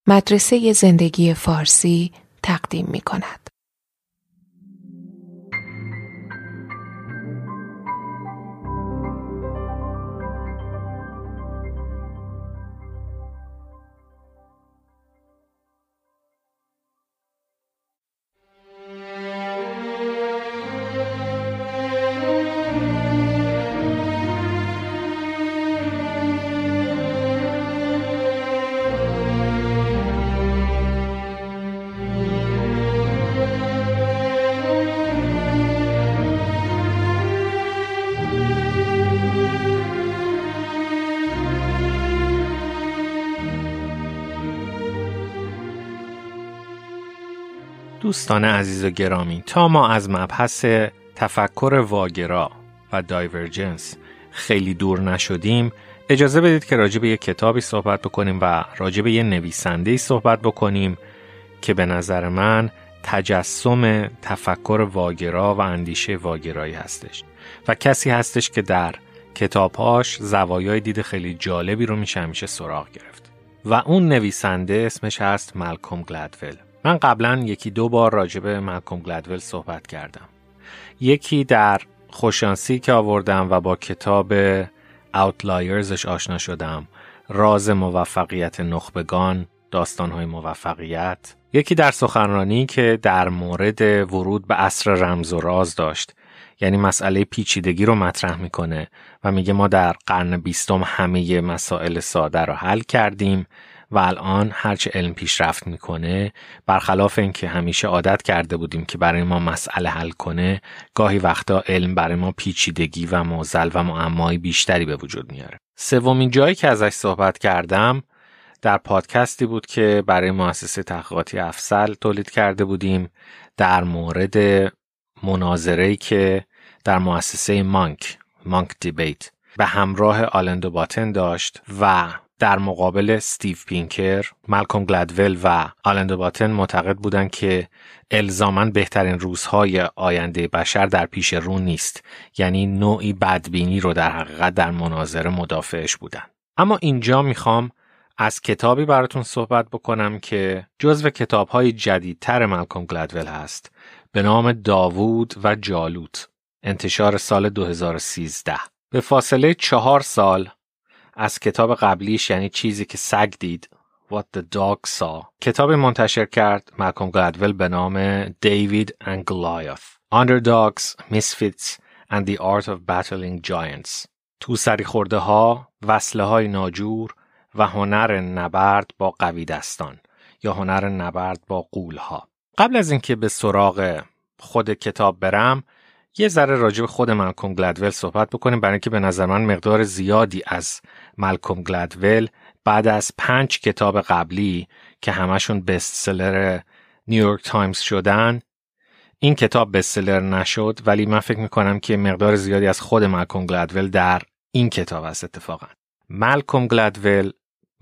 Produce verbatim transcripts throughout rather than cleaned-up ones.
مدرسه زندگی فارسی تقدیم می کند. دوستان عزیز و گرامی، تا ما از مبحث تفکر واگرا و دایورجنس خیلی دور نشدیم، اجازه بدید که راجع به یک کتابی صحبت بکنیم و راجع به یک نویسنده‌ای صحبت بکنیم که به نظر من تجسم تفکر واگرا و اندیشه واگرایی هستش و کسی هستش که در کتابهاش زوایای دید خیلی جالبی رو میشه همیشه سراغ گرفت و اون نویسنده اسمش هست مالکوم گلدول. من قبلا یکی دو بار راجع به مالکوم گلدول صحبت کردم. یکی در خوششانسی که آوردم و با کتاب اوتلایرزش آشنا شدم، راز موفقیت نخبگان، داستان‌های موفقیت. یکی در سخنرانی که در مورد ورود به عصر رمز و راز داشت، یعنی مسئله پیچیدگی رو مطرح میکنه و میگه ما در قرن بیستم همه مسائل ساده رو حل کردیم و الان هرچه علم پیشرفت میکنه، برخلاف اینکه همیشه عادت کرده بودیم که برای ما مسئله حل کنه، گاهی وقتا علم برای ما پیچیدگی و معضل و معمایی بیشتری به وجود میاره. سومین جایی که ازش صحبت کردم در پادکستی بود که برای مؤسسه تحقیقاتی افضل تولید کرده بودیم در مورد مناظره‌ای که در مؤسسه مانک مانک دیبیت به همراه آلن دوباتن داشت و در مقابل استیو پینکر، مالکوم گلدول و آلن دوباتن معتقد بودند که الزاماً بهترین روزهای آینده بشر در پیش رو نیست، یعنی نوعی بدبینی رو در حقیقت در مناظره مدافعش بودن. اما اینجا میخوام از کتابی براتون صحبت بکنم که جزو کتاب‌های جدیدتر مالکوم گلدول هست به نام داوود و جالوت، انتشار سال دو هزار و سیزده. به فاصله چهار سال از کتاب قبلیش، یعنی چیزی که سگ دید What the Dog Saw، کتاب منتشر کرد مالکوم گلدول به نام David and Goliath Underdogs, Misfits and the Art of Battling Giants، تو سری خورده ها، وصله های ناجور و هنر نبرد با قوی دستان یا هنر نبرد با غول ها. قبل از اینکه به سراغ خود کتاب برم، یه ذره راجع به خود مالکوم گلدول صحبت بکنیم، برای اینکه به نظر من مقدار زیادی از مالکوم گلدول بعد از پنج کتاب قبلی که همشون بست سلر نیویورک تایمز شدن، این کتاب بست سلر نشد، ولی من فکر میکنم که مقدار زیادی از خود مالکوم گلدول در این کتاب است. اتفاقا مالکوم گلدول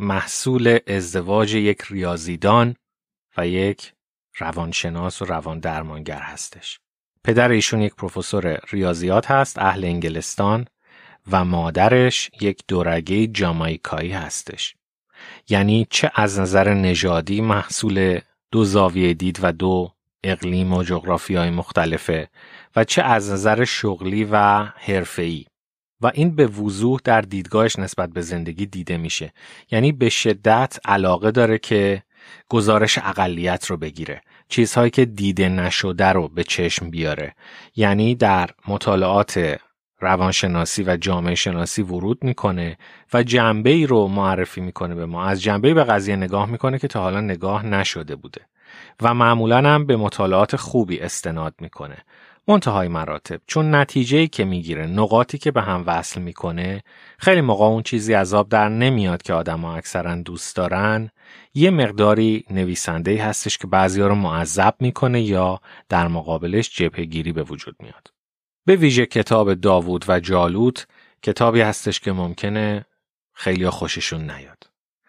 محصول ازدواج یک ریاضیدان و یک روانشناس و روان درمانگر هستش. پدر ایشون یک پروفسور ریاضیات هست، اهل انگلستان، و مادرش یک دورگه جامائیکایی هستش. یعنی چه از نظر نژادی محصول دو زاویه دید و دو اقلیم و جغرافیای مختلفه و چه از نظر شغلی و حرفه‌ای. و این به وضوح در دیدگاهش نسبت به زندگی دیده میشه. یعنی به شدت علاقه داره که گزارش اقلیت رو بگیره، چیزهایی که دیده نشده رو به چشم بیاره. یعنی در مطالعات روانشناسی و جامعه شناسی ورود میکنه و جنبه‌ای رو معرفی میکنه به ما، از جنبه‌ای به قضیه نگاه میکنه که تا حالا نگاه نشده بوده و معمولاً هم به مطالعات خوبی استناد میکنه. منتهای مراتب، چون نتیجه‌ای که میگیره، نقاطی که به هم وصل میکنه، خیلی موقع اون چیزی از آب در نمیاد که آدم‌ها اکثراً دوست دارن، یه مقداری نویسنده‌ای هستش که بعضی‌ها رو معذب میکنه یا در مقابلش جبهه‌گیری به وجود میاد. به ویژه کتاب داوود و جالوت کتابی هستش که ممکنه خیلی‌ها خوششون نیاد.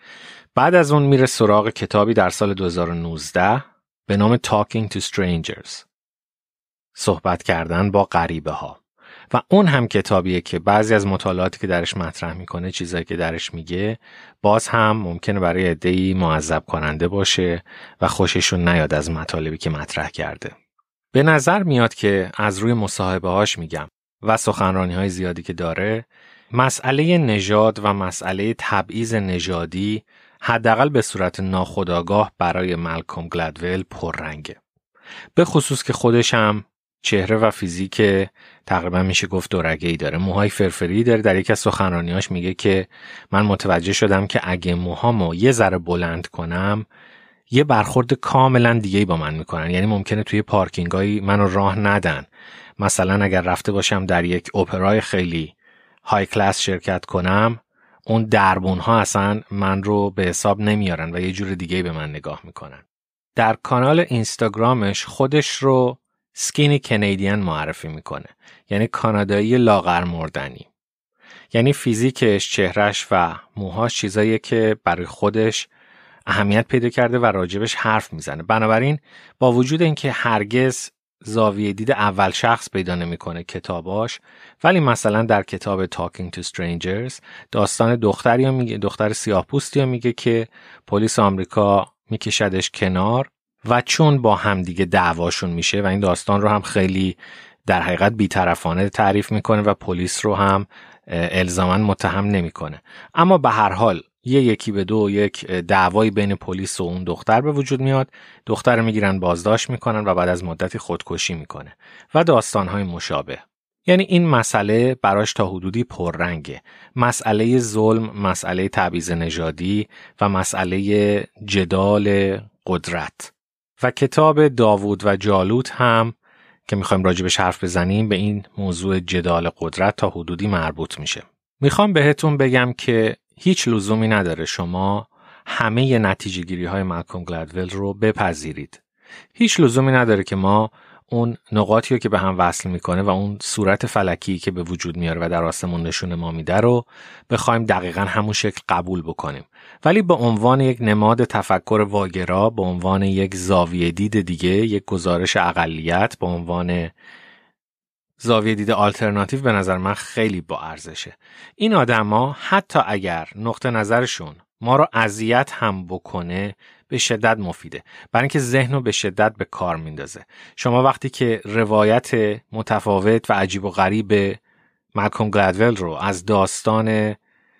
بعد از اون میره سراغ کتابی در سال دو هزار و نوزده به نام Talking to Strangers، صحبت کردن با غریبه ها. و اون هم کتابیه که بعضی از مطالعاتی که درش مطرح میکنه، چیزایی که درش میگه، باز هم ممکنه برای عده‌ای معذب کننده باشه و خوششون نیاد از مطالبی که مطرح کرده. به نظر میاد که از روی مصاحبه هاش میگم و سخنرانی های زیادی که داره، مسئله نژاد و مسئله تبعیض نژادی حداقل به صورت ناخودآگاه برای مالکوم گلدول پررنگه. به خصوص که خودش هم چهره و فیزیک تقریبا میشه گفت دورگه‌ای داره، موهای فرفری داره. در یکی از سخنرانی‌هاش میگه که من متوجه شدم که اگه موهامو یه ذره بلند کنم یه برخورد کاملا دیگه‌ای با من میکنن. یعنی ممکنه توی پارکینگایی منو راه ندن. مثلا اگر رفته باشم در یک اپرای خیلی های کلاس شرکت کنم، اون دربونها اصلا من رو به حساب نمیارن و یه جور دیگه‌ای به من نگاه میکنن. در کانال اینستاگرامش خودش رو سکینی کنیدین معرفی میکنه، یعنی کانادایی لاغر مردنی. یعنی فیزیکش، چهرش و موهاش چیزاییه که برای خودش اهمیت پیدا کرده و راجبش حرف میزنه. بنابراین با وجود اینکه هرگز زاویه دید اول شخص پیدا نمیکنه کتاباش، ولی مثلا در کتاب Talking to Strangers داستان دختری میگه، دختر سیاه‌پوستی میگه که پلیس آمریکا میکشدش کنار و چون با هم دیگه دعواشون میشه و این داستان رو هم خیلی در حقیقت بی‌طرفانه تعریف میکنه و پلیس رو هم الزاماً متهم نمیکنه. اما به هر حال یه یکی به دو یک دعوایی بین پلیس و اون دختر به وجود میاد، دختر رو میگیرن بازداشت میکنن و بعد از مدتی خودکشی میکنه و داستانهای مشابه. یعنی این مسئله براش تا حدودی پررنگه. مسئله ظلم، مسئله تبعیض نژادی و مسئله جدال قدرت. و کتاب داوود و جالوت هم که میخوایم راجبش حرف بزنیم به این موضوع جدال قدرت تا حدودی مربوط میشه. میخوام بهتون بگم که هیچ لزومی نداره شما همه نتیجه گیری های مالکوم گلدول رو بپذیرید. هیچ لزومی نداره که ما اون نقاطی رو که به هم وصل میکنه و اون صورت فلکی که به وجود میاره و در آسمون نشون ما میده رو بخوایم دقیقاً همون شکل قبول بکنیم. ولی به عنوان یک نماد تفکر واگرا، به عنوان یک زاویه دید دیگه، یک گزارش اقلیت، به عنوان زاویه دید آلترناتیو به نظر من خیلی با ارزشه. این آدما حتی اگر نقطه نظرشون ما رو اذیت هم بکنه به شدت مفیده، برای اینکه ذهن رو به شدت به کار میندازه. شما وقتی که روایت متفاوت و عجیب و غریب مالکوم گلدول رو از داستان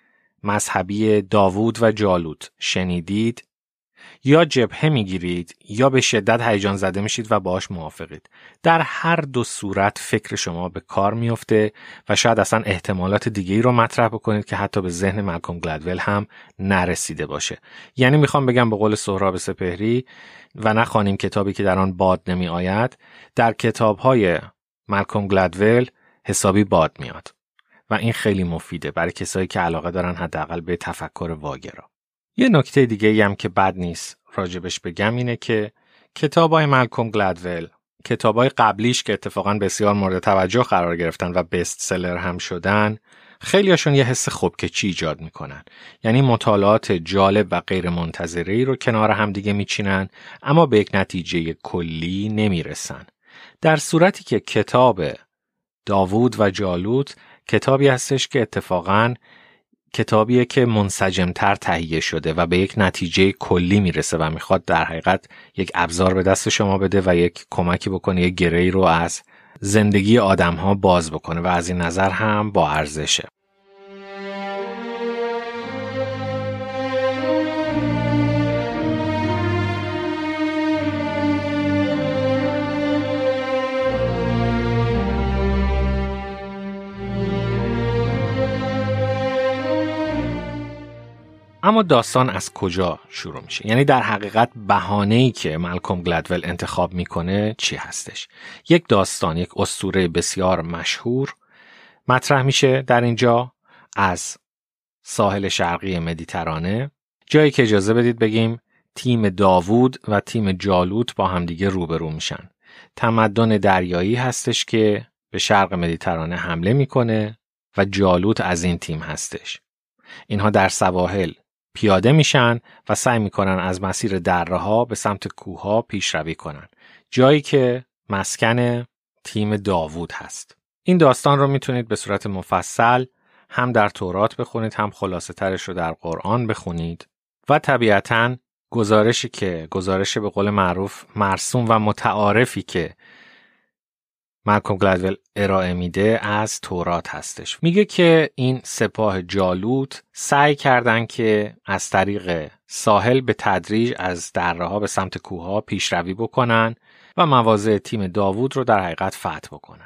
مذهبی داوود و جالوت شنیدید، یا جبهه میگیرید یا به شدت هیجان زده میشید و باهاش موافقید. در هر دو صورت فکر شما به کار میفته و شاید اصلا احتمالات دیگه‌ای رو مطرح بکنید که حتی به ذهن مالکوم گلدول هم نرسیده باشه. یعنی میخوام بگم به قول سهراب سپهری و نخوانیم کتابی که در آن باد نمی آید، در کتاب‌های مالکوم گلدول حسابی باد میاد و این خیلی مفیده برای کسایی که علاقه دارن حداقل به تفکر واگرا. یه نکته دیگه هم که بد نیست راجبش بگم اینه که کتابای مالکوم گلدول، کتابای قبلیش که اتفاقاً بسیار مورد توجه قرار گرفتن و بست سلر هم شدن، خیلیاشون یه حس خوبکچی ایجاد میکنن. یعنی مطالعات جالب و غیر منتظره‌ای رو کنار هم دیگه میچینن اما به یک نتیجه کلی نمیرسن. در صورتی که کتاب داوود و جالوت کتابی هستش که اتفاقاً کتابیه که منسجم‌تر تهیه شده و به یک نتیجه کلی میرسه و میخواد در حقیقت یک ابزار به دست شما بده و یک کمکی بکنه، یک گره‌ای رو از زندگی آدم‌ها باز بکنه و از این نظر هم با ارزشه. اما داستان از کجا شروع میشه؟ یعنی در حقیقت بهانه‌ای که مالکوم گلدول انتخاب میکنه چی هستش؟ یک داستان، یک اسطوره بسیار مشهور مطرح میشه در اینجا از ساحل شرقی مدیترانه، جایی که اجازه بدید بگیم تیم داوود و تیم جالوت با همدیگه روبرو میشن. تمدن دریایی هستش که به شرق مدیترانه حمله میکنه و جالوت از این تیم هستش. اینها در سواحل پیاده میشن و سعی میکنن از مسیر دره‌ها به سمت کوه‌ها پیشروی کنن، جایی که مسکن تیم داوود هست. این داستان رو میتونید به صورت مفصل هم در تورات بخونید، هم خلاصه ترش رو در قرآن بخونید و طبیعتاً گزارشی که گزارش به قول معروف مرسوم و متعارفی که مالکوم گلدول ارائه میده از تورات هستش. میگه که این سپاه جالوت سعی کردن که از طریق ساحل به تدریج از دره‌ها به سمت کوه‌ها پیشروی بکنن و مواضع تیم داوود رو در حقیقت فتح بکنن.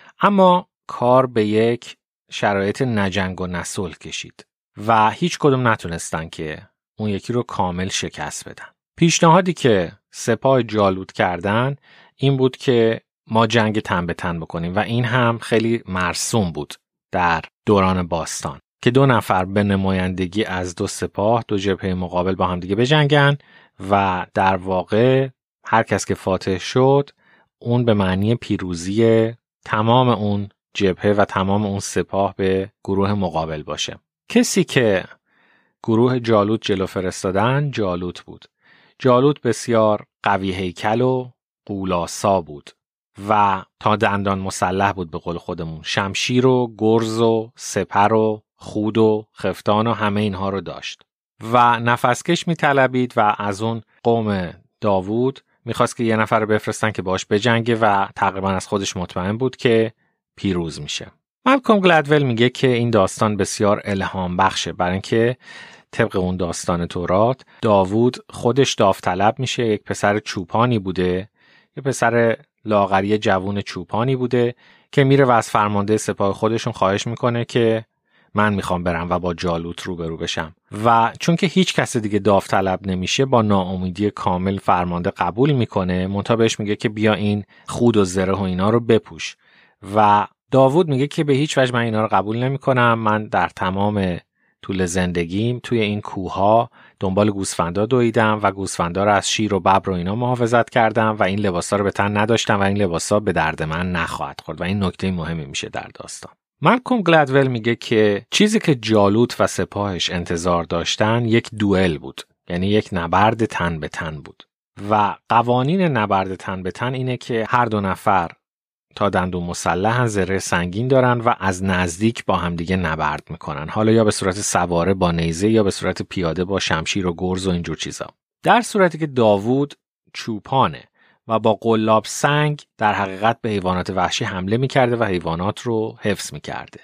اما کار به یک شرایط نجنگ و نصلح کشید و هیچ کدوم نتونستن که اون یکی رو کامل شکست بدن. پیشنهادی که سپاه جالوت کردن این بود که ما جنگ تن به تن بکنیم و این هم خیلی مرسوم بود در دوران باستان که دو نفر به نمایندگی از دو سپاه دو جبهه مقابل با هم دیگه بجنگن و در واقع هر کس که فاتح شد اون به معنی پیروزی تمام اون جبهه و تمام اون سپاه به گروه مقابل باشه. کسی که گروه جالوت جلو فرستادن جالوت بود. جالوت بسیار قوی هیکل و قولاسا بود و تا دندان مسلح بود به قول خودمون. شمشیر و گرز و سپر و خود و خفتان و همه اینها رو داشت و نفسکش می طلبید و از اون قوم داوود میخواست که یه نفر رو بفرستن که باش بجنگه و تقریبا از خودش مطمئن بود که پیروز میشه. مالکوم گلدول میگه که این داستان بسیار الهام بخشه، برای اینکه طبق اون داستان تورات داوود خودش داوطلب میشه. یک پسر چوپانی بوده، یک پسر لاغری جوون چوپانی بوده که میره و از فرمانده سپاه خودشون خواهش میکنه که من میخوام برم و با جالوت روبرو بشم و چون که هیچ کس دیگه داوطلب نمیشه با ناامیدی کامل فرمانده قبول میکنه. منتها بهش میگه که بیا این خود و زره و اینا رو بپوش و داوود میگه که به هیچ وجه من اینا رو قبول نمیکنم. من در تمام طول زندگیم توی این کوه‌ها دنبال گوسفندا دویدم و گوسفندا رو از شیر و ببر و اینا محافظت کردم و این لباسا رو به تن نداشتم و این لباسا به درد من نخواهد خورد و این نکته مهمی میشه در داستان. مالکوم گلدول میگه که چیزی که جالوت و سپاهش انتظار داشتن یک دوئل بود، یعنی یک نبرد تن به تن بود و قوانین نبرد تن به تن اینه که هر دو نفر تا دندون مسلحن، زره سنگین دارن و از نزدیک با هم دیگه نبرد میکنن، حالا یا به صورت سواره با نیزه یا به صورت پیاده با شمشیر و گرز و اینجور چیزا. در صورتی که داوود چوپانه و با قلاب سنگ در حقیقت به حیوانات وحشی حمله میکرده و حیوانات رو حفظ میکرده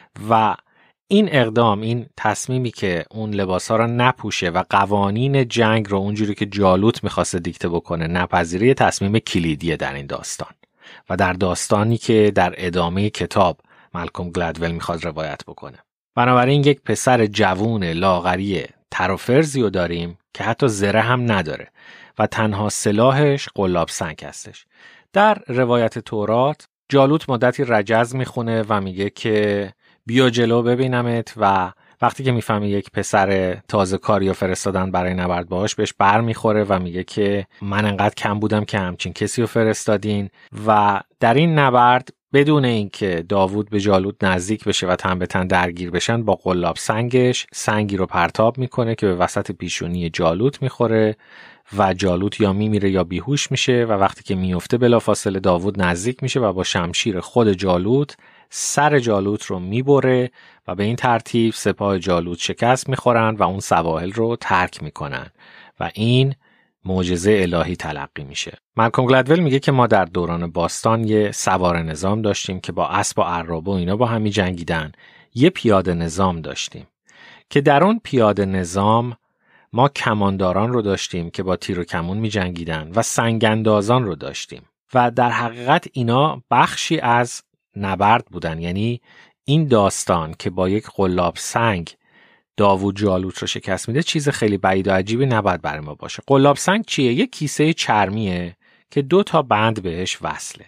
و این اقدام، این تصمیمی که اون لباسا رو نپوشه و قوانین جنگ رو اونجوری که جالوت میخواسته دیکته بکنه نپذیره، تصمیم کلیدیه در این داستان و در داستانی که در ادامه کتاب مالکوم گلدول میخواد روایت بکنه. بنابراین یک پسر جوون لاغری تر و فرزی رو داریم که حتی زره هم نداره و تنها سلاحش قلاب سنگ هستش. در روایت تورات جالوت مدتی رجز میخونه و میگه که بیا جلو ببینمت و وقتی که میفهمه یک پسر تازه کاری فرستادن برای نبرد باهاش بهش بر میخوره و میگه که من انقدر کم بودم که همچین کسی رو فرستادین و در این نبرد بدون اینکه داوود به جالوت نزدیک بشه و تن به تن درگیر بشن با قلاب سنگش سنگی رو پرتاب میکنه که به وسط پیشونی جالوت میخوره و جالوت یا میمیره یا بیهوش میشه و وقتی که میفته بلافاصله داوود نزدیک میشه و با شمشیر خود جالوت سر جالوت رو میبره و به این ترتیب سپاه جالوت شکست میخورن و اون سواحل رو ترک میکنن و این معجزه الهی تلقی میشه. مالکوم گلدول میگه که ما در دوران باستان یه سوار نظام داشتیم که با اسب و عرابه و اینا با هم جنگیدن. یه پیاده نظام داشتیم که در اون پیاده نظام ما کمانداران رو داشتیم که با تیر و کمون می جنگیدن و سنگاندازان رو داشتیم و در حقیقت اینا بخشی از نبرد بودن. یعنی این داستان که با یک قلاب سنگ داوود جالوت رو شکست میده چیز خیلی بعید و عجیبی نباید برای ما باشه. قلاب سنگ چیه؟ یک کیسه چرمیه که دو تا بند بهش وصله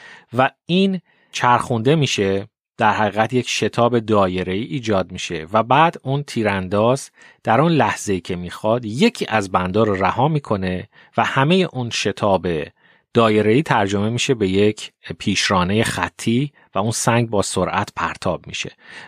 و این چرخونده میشه، در حقیقت یک شتاب دایره‌ای ایجاد میشه و بعد اون تیرانداز در اون لحظه‌ای که میخواد یکی از بندا رو رها میکنه و همه اون شتاب دایره‌ای ترجمه میشه به یک پیشرانه خطی و اون سنگ با سرعت پرتاب میشه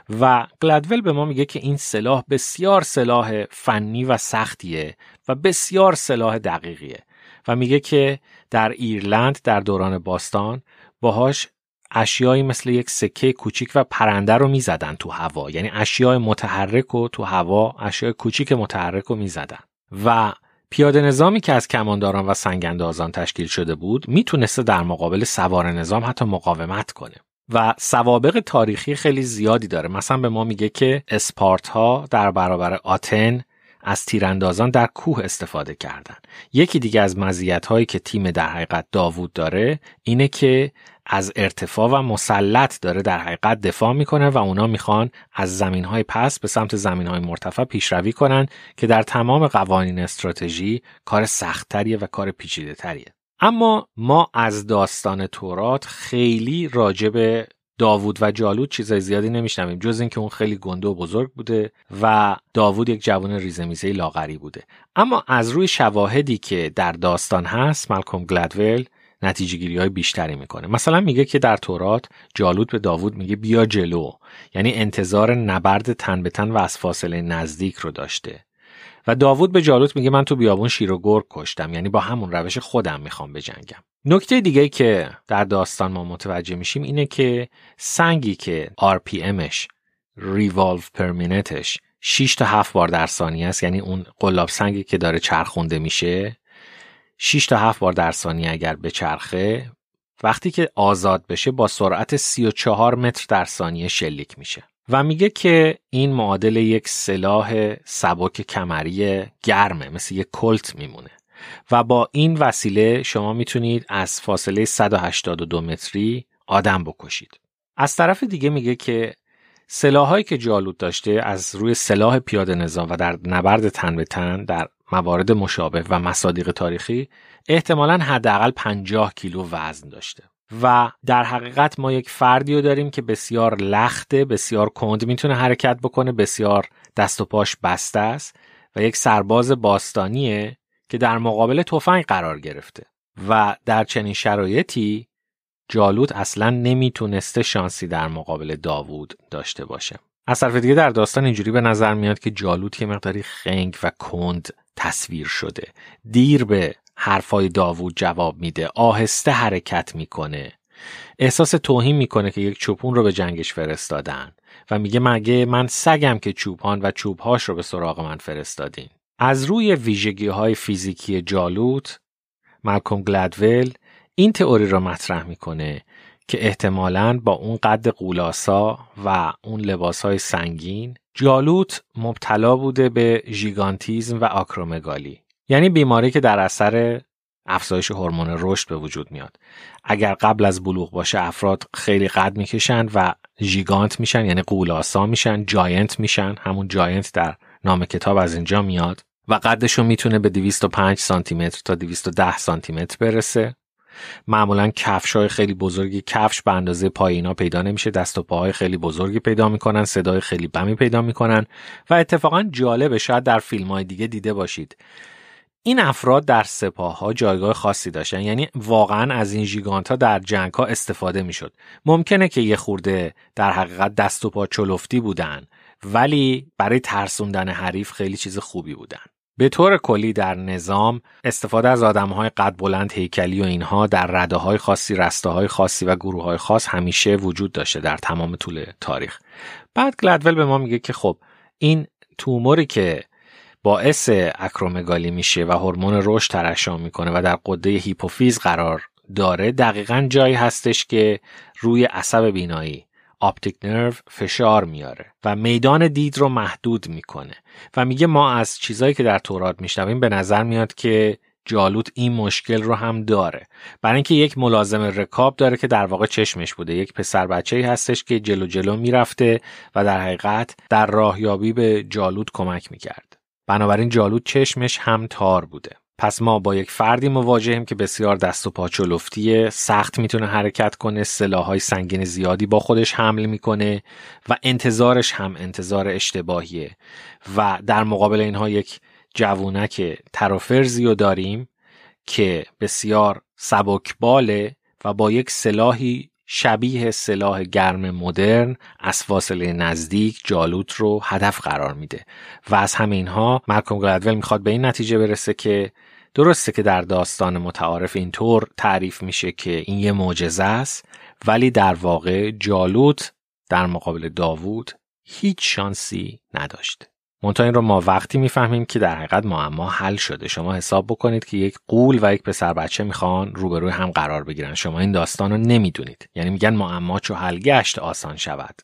و گلدول به ما میگه که این سلاح بسیار سلاح فنی و سختیه و بسیار سلاح دقیقیه و میگه که در ایرلند در دوران باستان باهاش اشیایی مثل یک سکه کوچیک و پرنده رو میزدن تو هوا، یعنی اشیای متحرک رو تو هوا، اشیای کوچیک متحرک رو میزدن و پیاده نظامی که از کمانداران و سنگ‌اندازان تشکیل شده بود میتونسته در مقابل سوار نظام حتی مقاومت کنه و سوابق تاریخی خیلی زیادی داره. مثلا به ما میگه که اسپارتا در برابر آتن از تیراندازان در کوه استفاده کردن. یکی دیگه از مزیت‌هایی که تیم در حقیقت داوود داره اینه که از ارتفاع و مسلط داره در حقیقت دفاع میکنه و اونا میخوان از زمینهای پست به سمت زمینهای مرتفع پیشروی کنن که در تمام قوانین استراتژی کار سخت‌تریه و کار پیچیده‌تریه. اما ما از داستان تورات خیلی راجع به داوود و جالوت چیزای زیادی نمیشنویم، جز این که اون خیلی گنده و بزرگ بوده و داوود یک جوان ریزه‌میزه لاغری بوده. اما از روی شواهدی که در داستان هست، مالکوم گلدول نتیجه گیری های بیشتری میکنه. مثلا میگه که در تورات جالوت به داوود میگه بیا جلو، یعنی انتظار نبرد تن به تن و از فاصله نزدیک رو داشته. و داوود به جالوت میگه من تو بیابون شیر و گرگ کشتم، یعنی با همون روش خودم میخوام بجنگم. نکته دیگه که در داستان ما متوجه میشیم اینه که سنگی که آر پی امش ریوالو پر مینتش شش تا هفت بار در ثانیه است، یعنی اون قلاب سنگی که داره چرخونده میشه شش تا هفت بار در ثانیه اگر بچرخه، وقتی که آزاد بشه با سرعت سی و چهار متر در ثانیه شلیک میشه. و میگه که این معادل یک سلاح سبک کمری گرمه، مثل یک کلت میمونه و با این وسیله شما میتونید از فاصله صد و هشتاد و دو متری آدم بکشید. از طرف دیگه میگه که سلاحایی که جالوت داشته از روی سلاح پیاده نظام و در نبرد تن به تن در موارد مشابه و مصادیق تاریخی احتمالاً حداقل پنجاه کیلو وزن داشته. و در حقیقت ما یک فردی رو داریم که بسیار لخته، بسیار کند میتونه حرکت بکنه، بسیار دست و پاش بسته است و یک سرباز باستانیه که در مقابل تفنگ قرار گرفته و در چنین شرایطی جالوت اصلا نمیتونسته شانسی در مقابل داوود داشته باشه. از طرف دیگه در داستان اینجوری به نظر میاد که جالوت که مقداری خنگ و کند تصویر شده، دیر به حرفای داوود جواب میده، آهسته حرکت میکنه، احساس توهین میکنه که یک چوپون رو به جنگش فرستادن و میگه مگه من سگم که چوپان و چوبهاش رو به سراغ من فرستادین. از روی ویژگی های فیزیکی جالوت مالکوم گلدول این تئوری رو مطرح میکنه که احتمالاً با اون قد قولاسا و اون لباسهای سنگین جالوت مبتلا بوده به ژیگانتیزم و آکرومگالی، یعنی بیماری که در اثر افزایش هورمون رشد به وجود میاد. اگر قبل از بلوغ باشه افراد خیلی قد میکشن و ژیگانت میشن، یعنی قولاسا میشن، جاینت میشن، همون جاینت در نام کتاب از اینجا میاد و قدشون میتونه به دویست و پنج سانتی متر تا دویست و ده سانتی متر برسه. معمولا کفشای خیلی بزرگی، کفش به اندازه پای اینا پیدا نمیشه، دست و پاهای خیلی بزرگی پیدا میکنن، صدای خیلی بمی پیدا میکنن و اتفاقا جالبه، شاید در فیلم‌های دیگه دیده باشید، این افراد در سپاه‌ها جایگاه خاصی داشتن، یعنی واقعا از این ژیگانت‌ها در جنگ‌ها استفاده میشد. ممکنه که یه خورده در حقیقت دست و پا چلفتی بودن ولی برای ترسوندن حریف خیلی چیز خوبی بودن. به طور کلی در نظام استفاده از آدم‌های قد بلند هیکلی و اینها در رده‌های خاصی، رسته‌های خاصی و گروه‌های خاص همیشه وجود داشته در تمام طول تاریخ. بعد گلدول به ما میگه که خب این توموری که باعث اکرومگالی میشه و هورمون رشد ترشح میکنه و در غده هیپوفیز قرار داره، دقیقاً جایی هستش که روی عصب بینایی اپتیک نرو فشار میاره و میدان دید رو محدود میکنه و میگه ما از چیزایی که در تورات میشنویم به نظر میاد که جالوت این مشکل رو هم داره، برای اینکه یک ملازم رکاب داره که در واقع چشمش بوده، یک پسر بچه‌ای هستش که جلو جلو میرفته و در حقیقت در راهیابی به جالوت کمک میکرد. بنابراین جالوت چشمش هم تار بوده. پس ما با یک فردی مواجهیم که بسیار دست و پا چلفتیه، سخت میتونه حرکت کنه، سلاح‌های سنگین زیادی با خودش حمل میکنه و انتظارش هم انتظار اشتباهیه و در مقابل اینها یک جوونک ترافرزی رو داریم که بسیار سبکباله و با یک سلاحی شبیه سلاح گرم مدرن از فاصله نزدیک جالوت رو هدف قرار میده و از همه اینها مالکوم گلدول میخواد به این نتیجه برسه که درسته که در داستان متعارف اینطور تعریف میشه که این یه معجزه است، ولی در واقع جالوت در مقابل داوود هیچ شانسی نداشت. منتها این رو ما وقتی میفهمیم که در حقیقت معما حل شده. شما حساب بکنید که یک غول و یک پسر بچه میخوان روبروی هم قرار بگیرن. شما این داستان رو نمیدونید. یعنی میگن معما چو حل گشت آسان شود.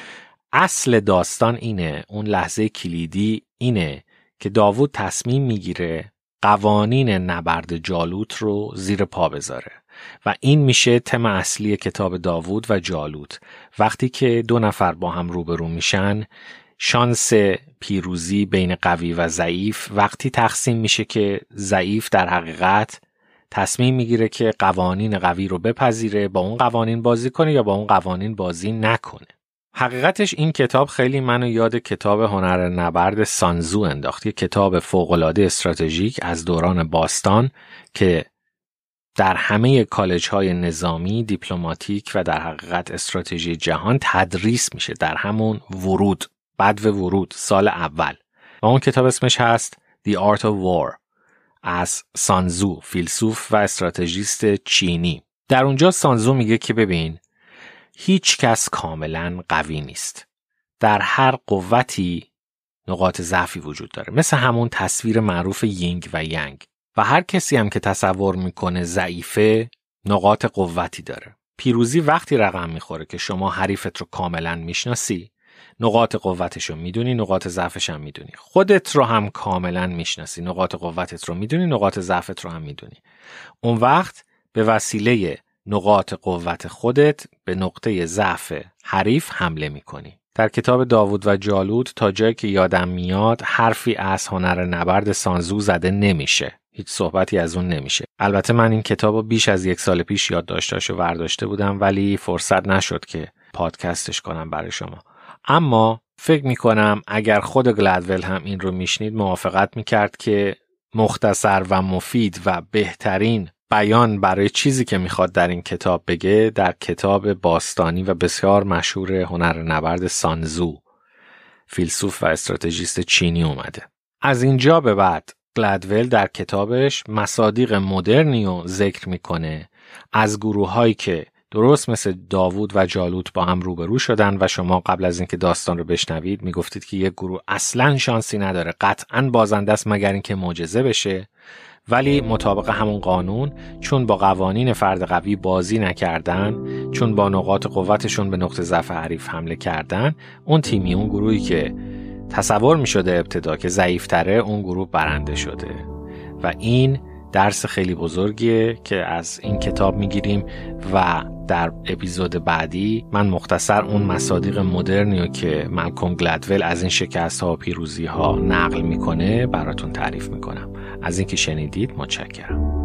اصل داستان اینه، اون لحظه کلیدی اینه که داوود تصمیم میگیره قوانین نبرد جالوت رو زیر پا بذاره و این میشه تم اصلی کتاب داوود و جالوت. وقتی که دو نفر با هم روبرو میشن، شانس پیروزی بین قوی و ضعیف وقتی تقسیم میشه که ضعیف در حقیقت تصمیم میگیره که قوانین قوی رو بپذیره، با اون قوانین بازی کنه یا با اون قوانین بازی نکنه. حقیقتش این کتاب خیلی منو یاد کتاب هنر نبرد سانزو انداخت. یک کتاب فوق‌العاده استراتژیک از دوران باستان که در همه کالج‌های نظامی، دیپلماتیک و در حقیقت استراتژی جهان تدریس میشه در همون ورود، بعد و ورود سال اول. و اون کتاب اسمش هست The Art of War از سانزو، فیلسوف و استراتژیست چینی. در اونجا سانزو میگه که ببین، هیچ کس کاملا قوی نیست. در هر قوتی نقاط ضعفی وجود داره. مثل همون تصویر معروف یینگ و یانگ. و هر کسی هم که تصور میکنه ضعیفه نقاط قوتی داره. پیروزی وقتی رقم میخوره که شما حریفت رو کاملا میشناسی، نقاط قوتش رو میدونی، نقاط ضعفش هم میدونی. خودت رو هم کاملا میشناسی، نقاط قوتت رو میدونی، نقاط ضعفت رو هم میدونی. اون وقت به وسیله نقاط قوت خودت به نقطه ضعف حریف حمله میکنی. در کتاب داوود و جالوت تا جایی که یادم میاد حرفی از هنر نبرد سانزو زده نمیشه. هیچ صحبتی از اون نمیشه. البته من این کتابو بیش از یک سال پیش یادداشتاشو برداشته بودم ولی فرصت نشد که پادکستش کنم برای شما. اما فکر میکنم اگر خود گلدول هم این رو میشنید موافقت میکرد که مختصر و مفید و بهترین بیان برای چیزی که میخواد در این کتاب بگه در کتاب باستانی و بسیار مشهور هنر نبرد سانزو، فیلسوف و استراتژیست چینی اومده. از اینجا به بعد گلدول در کتابش مصادیق مدرنی رو ذکر میکنه از گروه هایی که درست مثل داوود و جالوت با هم روبرو شدن و شما قبل از اینکه داستان رو بشنوید میگفتید که یک گروه اصلاً شانسی نداره، قطعاً بازنده است مگر اینکه معجزه بشه، ولی مطابق همون قانون چون با قوانین فرد قوی بازی نکردن، چون با نقاط قوتشون به نقطه ضعف حریف حمله کردن، اون تیمی، اون گروهی که تصور می شده ابتدا که ضعیفتره، اون گروه برنده شده. و این درس خیلی بزرگیه که از این کتاب میگیریم و در اپیزود بعدی من مختصر اون مصادیق مدرنیو که مالکوم گلدول از این شکست ها و پیروزی ها نقل میکنه براتون تعریف میکنم. از اینکه شنیدید متشکرم.